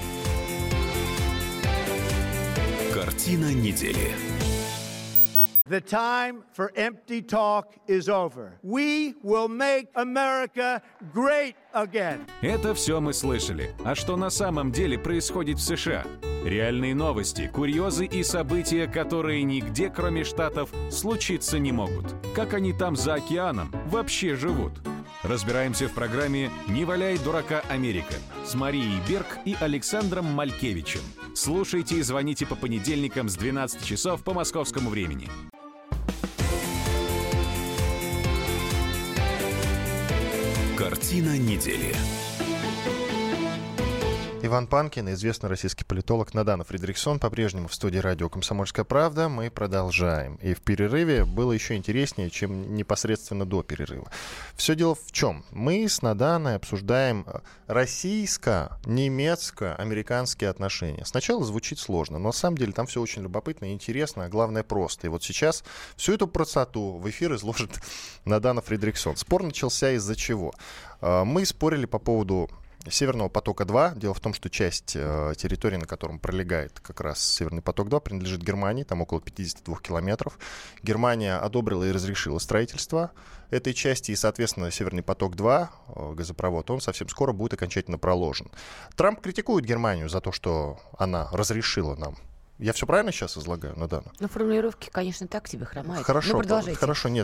Картина недели. The time for empty talk is over. We will make America great again. Это все мы слышали. А что на самом деле происходит в США? Реальные новости, курьезы и события, которые нигде, кроме Штатов, случиться не могут. Как они там за океаном вообще живут? Разбираемся в программе «Не валяй дурака, Америка» с Марией Берг и Александром Малькевичем. Слушайте и звоните по понедельникам с 12 часов по московскому времени. Картина недели. Иван Панкин, известный российский политолог, Надана Фридрихсон, по-прежнему в студии радио «Комсомольская правда». Мы продолжаем. И в перерыве было еще интереснее, чем непосредственно до перерыва. Все дело в чем? Мы с Наданой обсуждаем российско-немецко-американские отношения. Сначала звучит сложно, но на самом деле там все очень любопытно и интересно, а главное просто. И вот сейчас всю эту простоту в эфир изложит Надана Фридрихсон. Спор начался из-за чего? Мы спорили по поводу Северного потока-2. Дело в том, что часть территории, на котором пролегает как раз Северный поток-2, принадлежит Германии, там около 52 километров. Германия одобрила и разрешила строительство этой части, и, соответственно, Северный поток-2, газопровод, он совсем скоро будет окончательно проложен. Трамп критикует Германию за то, что она разрешила нам. Я все правильно сейчас излагаю, Надана? Ну, формулировки, конечно, так себе хромают. Хорошо, ну, продолжайте. Хорошо, нет.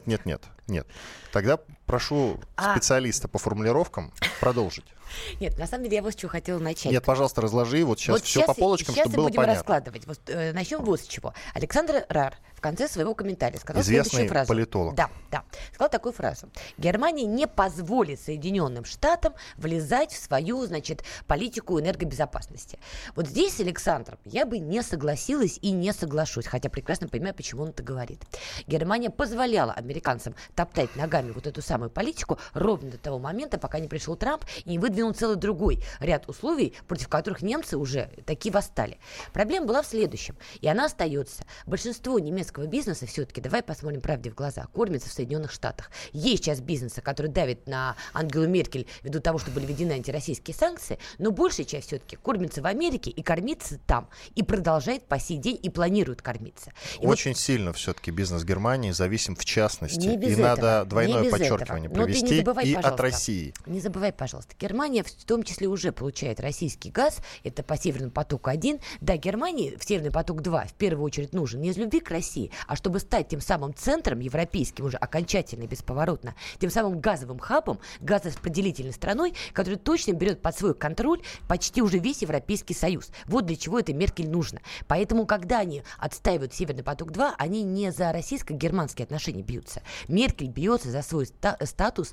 Тогда прошу специалиста по формулировкам продолжить. Нет, на самом деле я вот с чего хотела начать. Нет, пожалуйста, разложи вот сейчас все по полочкам, чтобы было понятно. Сейчас будем раскладывать. Вот, начнем вот с чего. Александр Рар в конце своего комментария сказал следующую фразу. Политолог. Да. Сказал такую фразу. Германия не позволит Соединенным Штатам влезать в свою, значит, политику энергобезопасности. Вот здесь, Александр, я бы не согласилась и не соглашусь, хотя прекрасно понимаю, почему он это говорит. Германия позволяла американцам топтать ногами вот эту самую политику ровно до того момента, пока не пришел Трамп и не выдвинул целый другой ряд условий, против которых немцы уже таки восстали. Проблема была в следующем, и она остается. Большинство немецкого бизнеса все-таки, давай посмотрим правде в глаза, кормится в Соединенных Штатах. Есть сейчас бизнесы, которые давят на Ангелу Меркель ввиду того, что были введены антироссийские санкции, но большая часть все-таки кормится в Америке и кормится там, и продолжает по сей день и планирует кормиться. И очень вот сильно все-таки бизнес Германии зависим в частности, и надо двойное подчеркивание провести и от России. Не забывай, пожалуйста, Германия в том числе уже получает российский газ, это по Северному потоку-1. Да, Германии в Северный поток-2 в первую очередь нужен не из любви к России, а чтобы стать тем самым центром европейским уже окончательно и бесповоротно, тем самым газовым хабом, газораспределительной страной, которая точно берет под свой контроль почти уже весь Европейский Союз. Вот для чего это Меркель нужно. Поэтому, когда они отстаивают Северный поток-2, они не за российско-германские отношения бьются. Меркель бьется за свой статус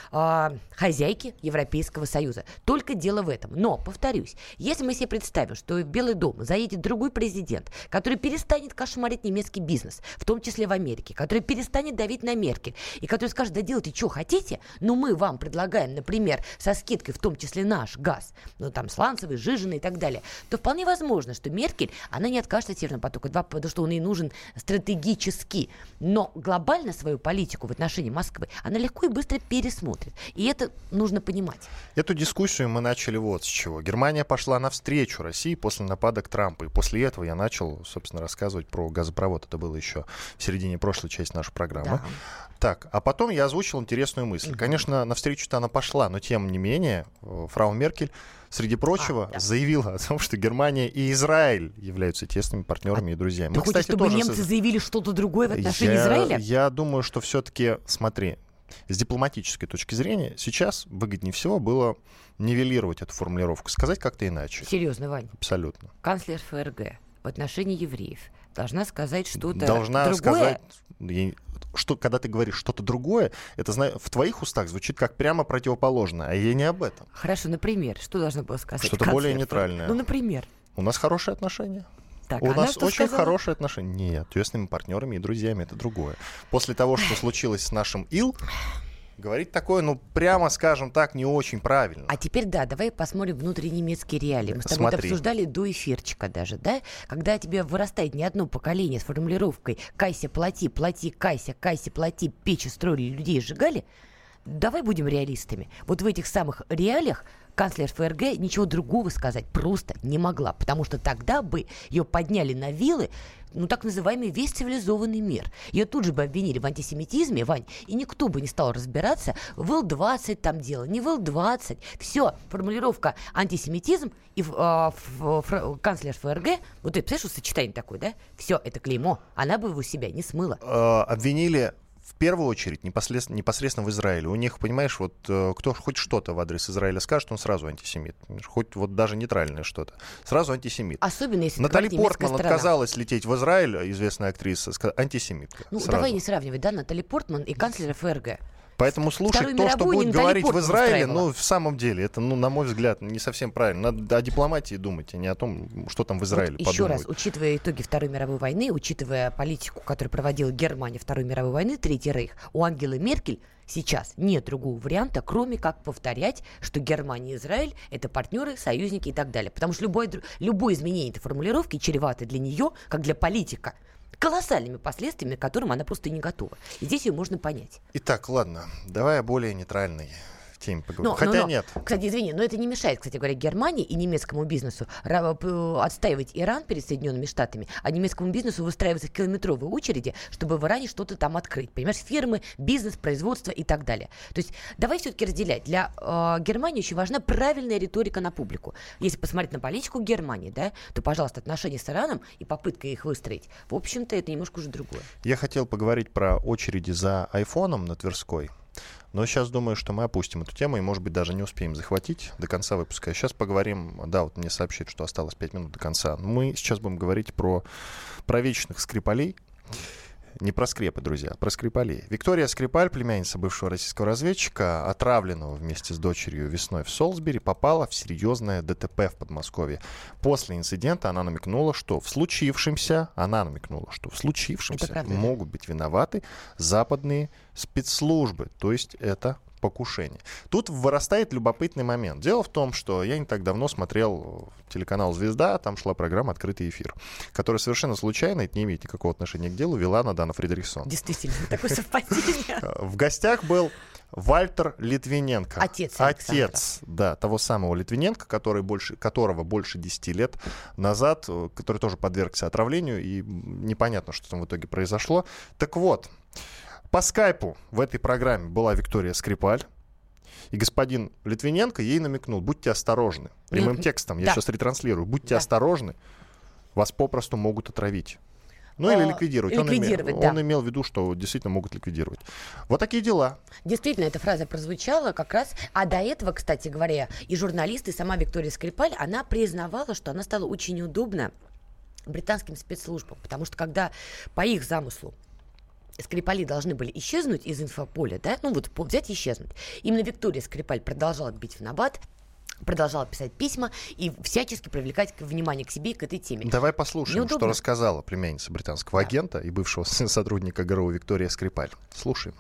хозяйки Европейского Союза. Только дело в этом. Но, повторюсь, если мы себе представим, что в Белый дом заедет другой президент, который перестанет кошмарить немецкий бизнес, в том числе в Америке, который перестанет давить на Меркель, и который скажет: да делайте, что хотите, но мы вам предлагаем, например, со скидкой в том числе наш газ, ну там сланцевый, жиженый и так далее, то вполне возможно, что Меркель, она не откажется от Северного потока-2, потому что он ей нужен стратегически. Но глобально свою политику в отношении Москвы она легко и быстро пересмотрит. И это нужно понимать. Эту дискуссию мы начали вот с чего. Германия пошла навстречу России после нападок Трампа. И после этого я начал, собственно, рассказывать про газопровод. Это было еще в середине прошлой части нашей программы. Да. Так, а потом я озвучил интересную мысль. Конечно, навстречу-то она пошла, но тем не менее фрау Меркель, среди прочего, заявила о том, что Германия и Израиль являются тесными партнерами и друзьями. Ты хочешь, чтобы немцы заявили что-то другое в отношении Израиля? Я думаю, что все-таки, смотри, с дипломатической точки зрения, сейчас выгоднее всего было нивелировать эту формулировку, сказать как-то иначе. Серьезно, Вань? Абсолютно. Канцлер ФРГ в отношении евреев должна сказать что-то должна другое. Сказать, что, когда ты говоришь что-то другое, это в твоих устах звучит как прямо противоположное, а я не об этом. Хорошо, например, что должна была сказать? Что-то более нейтральное. Ну, например. У нас хорошие отношения. Так, у нас очень сказала? хорошие отношения. Нет, тесными партнерами и друзьями это другое. После того, что случилось с нашим ИЛ, говорить такое, ну, прямо, скажем так, не очень правильно. А теперь, да, давай посмотрим внутренние немецкие реалии. Мы с тобой это обсуждали до эфирчика даже, да? Когда тебе вырастает не одно поколение с формулировкой «кайся, плати, плати, кайся, плати, печи строили, людей сжигали», давай будем реалистами. Вот в этих самых реалиях канцлер ФРГ ничего другого сказать просто не могла, потому что тогда бы ее подняли на вилы, ну, так называемый весь цивилизованный мир. Ее тут же бы обвинили в антисемитизме, Вань, и никто бы не стал разбираться, в Ил-20 там дело, не в Ил-20. Все, формулировка антисемитизм и канцлер ФРГ, вот ты представляешь, что сочетание такое, да? Все, это клеймо, она бы его себя не смыла. Обвинили в первую очередь непосредственно в Израиле. У них, понимаешь, вот кто хоть что-то в адрес Израиля скажет, он сразу антисемит. Хоть вот даже нейтральное что-то. Сразу антисемит. Особенно если Натали Портман отказалась лететь в Израиль, известная актриса, антисемитка. Ну, сразу. Давай не сравнивать, да, Натали Портман и канцлера ФРГ. Поэтому слушать то, что будет говорить в Израиле, ну, в самом деле, это, ну, на мой взгляд, не совсем правильно. Надо о дипломатии думать, а не о том, что там в Израиле вот подумают. Еще раз, учитывая итоги Второй мировой войны, учитывая политику, которую проводила Германия Второй мировой войны, Третий рейх, у Ангелы Меркель сейчас нет другого варианта, кроме как повторять, что Германия и Израиль — это партнеры, союзники и так далее. Потому что любое изменение этой формулировки чревато для нее, как для политика, колоссальными последствиями, к которым она просто не готова. И здесь ее можно понять. Итак, ладно, давай о более нейтральной теме поговорим. Хотя нет. Кстати, извини, но это не мешает, кстати говоря, Германии и немецкому бизнесу отстаивать Иран перед Соединенными Штатами, а немецкому бизнесу выстраиваться в километровые очереди, чтобы в Иране что-то там открыть. Понимаешь, фирмы, бизнес, производство и так далее. То есть давай все-таки разделять. Для Германии очень важна правильная риторика на публику. Если посмотреть на политику Германии, да, то, пожалуйста, отношения с Ираном и попытка их выстроить, в общем-то, это немножко уже другое. Я хотел поговорить про очереди за айфоном на Тверской. Но сейчас думаю, что мы опустим эту тему и, может быть, даже не успеем захватить до конца выпуска. Сейчас поговорим, да, вот мне сообщили, что осталось 5 минут до конца. Мы сейчас будем говорить про вечных Скрипалей. Не про скрепы, друзья, а про Скрипалей. Виктория Скрипаль, племянница бывшего российского разведчика, отравленного вместе с дочерью весной в Солсбери, попала в серьезное ДТП в Подмосковье. После инцидента она намекнула, что в случившемся могут быть виноваты западные спецслужбы. То есть это покушение. Тут вырастает любопытный момент. Дело в том, что я не так давно смотрел телеканал «Звезда», там шла программа «Открытый эфир», которая совершенно случайно, это не имеет никакого отношения к делу, вела Надана Фридрихсон. Действительно, такое совпадение. В гостях был Вальтер Литвиненко. Отец, да, того самого Литвиненко, которого больше 10 лет назад, который тоже подвергся отравлению, и непонятно, что там в итоге произошло. Так вот, по скайпу в этой программе была Виктория Скрипаль, и господин Литвиненко ей намекнул: будьте осторожны. Прямым текстом, я сейчас ретранслирую, будьте осторожны, вас попросту могут отравить. Ну или ликвидировать. Он имел в виду, что действительно могут ликвидировать. Вот такие дела. Действительно, эта фраза прозвучала как раз. А до этого, кстати говоря, и журналисты, и сама Виктория Скрипаль, она признавала, что она стала очень неудобна британским спецслужбам. Потому что когда по их замыслу Скрипали должны были исчезнуть из инфополя, да, ну вот взять и исчезнуть. Именно Виктория Скрипаль продолжала бить в набат, продолжала писать письма и всячески привлекать внимание к себе и к этой теме. Давай послушаем, что рассказала племянница британского агента и бывшего сотрудника ГРУ Виктория Скрипаль. Слушаем.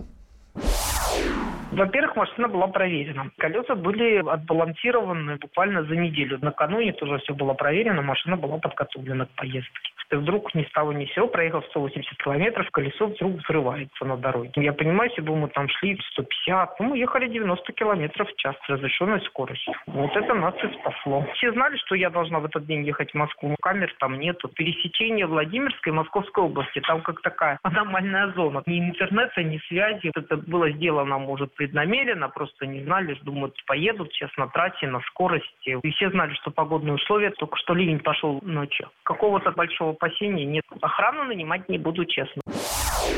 Во-первых, машина была проверена. Колеса были отбалансированы буквально за неделю. Накануне тоже все было проверено, машина была подготовлена к поездке. И вдруг ни с того ни с сего, проехав 180 километров, колесо вдруг взрывается на дороге. Я понимаю, если бы мы там шли 150, мы ехали 90 километров в час с разрешенной скоростью. Вот это нас и спасло. Все знали, что я должна в этот день ехать в Москву. Камер там нету. Пересечение Владимирской и Московской области. Там как такая аномальная зона. Ни интернета, ни связи. Это было сделано, может, преднамеренно. Просто не знали, думают, поедут сейчас на трассе, на скорости. И все знали, что погодные условия. Только что ливень пошел ночью. Какого-то большого опасений нет. Охрану нанимать не буду, честно.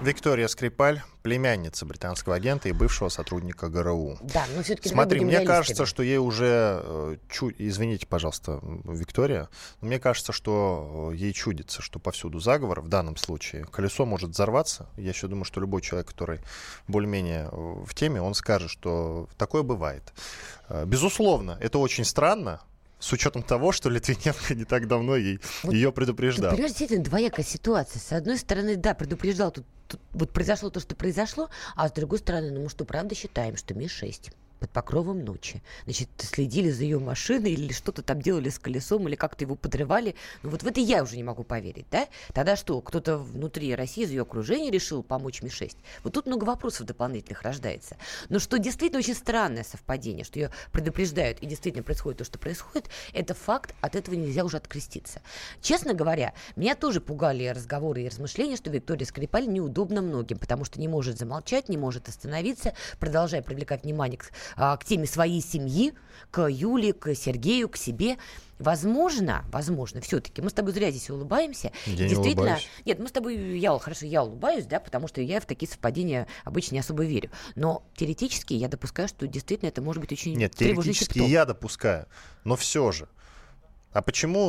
Виктория Скрипаль, племянница британского агента и бывшего сотрудника ГРУ. Да, но все-таки смотри, мне кажется, что ей уже извините, пожалуйста, Виктория, но мне кажется, что ей чудится, что повсюду заговор. В данном случае колесо может взорваться. Я еще думаю, что любой человек, который более-менее в теме, он скажет, что такое бывает. Безусловно, это очень странно, с учетом того, что Литвиненко не так давно ее предупреждал. Понимаешь, действительно, двоякая ситуация. С одной стороны, да, предупреждал, тут вот произошло то, что произошло, а с другой стороны, ну мы что, правда считаем, что Ми-6 под покровом ночи, значит, следили за ее машиной или что-то там делали с колесом, или как-то его подрывали. Ну вот в это я уже не могу поверить, да? Тогда что, кто-то внутри России, из ее окружения решил помочь Ми-6? Вот тут много вопросов дополнительных рождается. Но что действительно очень странное совпадение, что ее предупреждают и действительно происходит то, что происходит, это факт, от этого нельзя уже откреститься. Честно говоря, меня тоже пугали разговоры и размышления, что Виктория Скрипаль неудобно многим, потому что не может замолчать, не может остановиться, продолжая привлекать внимание к теме своей семьи, к Юле, к Сергею, к себе. Возможно, все-таки мы с тобой зря здесь улыбаемся. Я действительно, не улыбаюсь. Нет, мы с тобой, я улыбаюсь, да, потому что я в такие совпадения обычно не особо верю. Но теоретически я допускаю, что действительно это может быть очень тревожный симптом. Нет, теоретически я допускаю, но все же. А почему,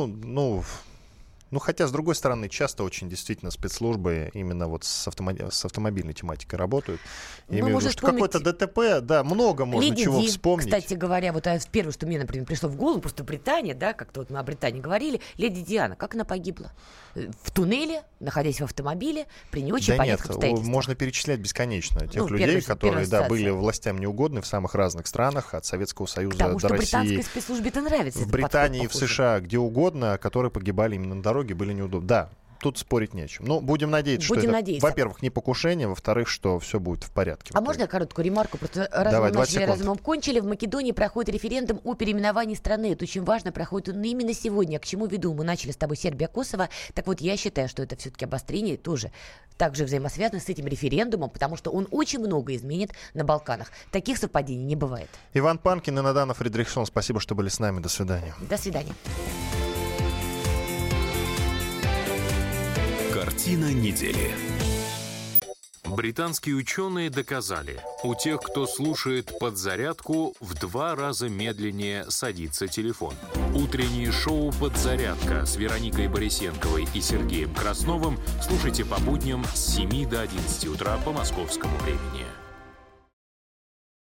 хотя, с другой стороны, часто очень действительно спецслужбы именно вот с автомобильной тематикой работают. Я имею в виду, что какое-то ДТП, да, много можно чего вспомнить. Кстати говоря, вот первое, что мне, например, пришло в голову, просто Британия, да, как-то вот мы о Британии говорили, леди Диана, как она погибла? В туннеле, находясь в автомобиле, при не очень понятных обстоятельствах. Можно перечислять бесконечно тех людей, которые были властям неугодны в самых разных странах, от Советского Союза до России. Потому что британской спецслужбе это нравится. В Британии, в США, где угодно, которые погибали именно на дороге, были неудобны. Да, тут спорить не о чем. Но будем надеяться, что это, во-первых, не покушение, во-вторых, что все будет в порядке. А можно я короткую ремарку? Просто раз мы начали, разумом кончили. В Македонии проходит референдум о переименовании страны. Это очень важно, проходит он именно сегодня. К чему веду? Мы начали с тобой Сербия-Косово. Так вот, я считаю, что это все-таки обострение тоже также взаимосвязано с этим референдумом, потому что он очень много изменит на Балканах. Таких совпадений не бывает. Иван Панкин и Надана Фридрихсон, спасибо, что были с нами. До свидания. До свидания. Картина недели. Британские ученые доказали, у тех, кто слушает «Подзарядку», в 2 раза медленнее садится телефон. Утреннее шоу «Подзарядка» с Вероникой Борисенковой и Сергеем Красновым слушайте по будням с 7 до 11 утра по московскому времени.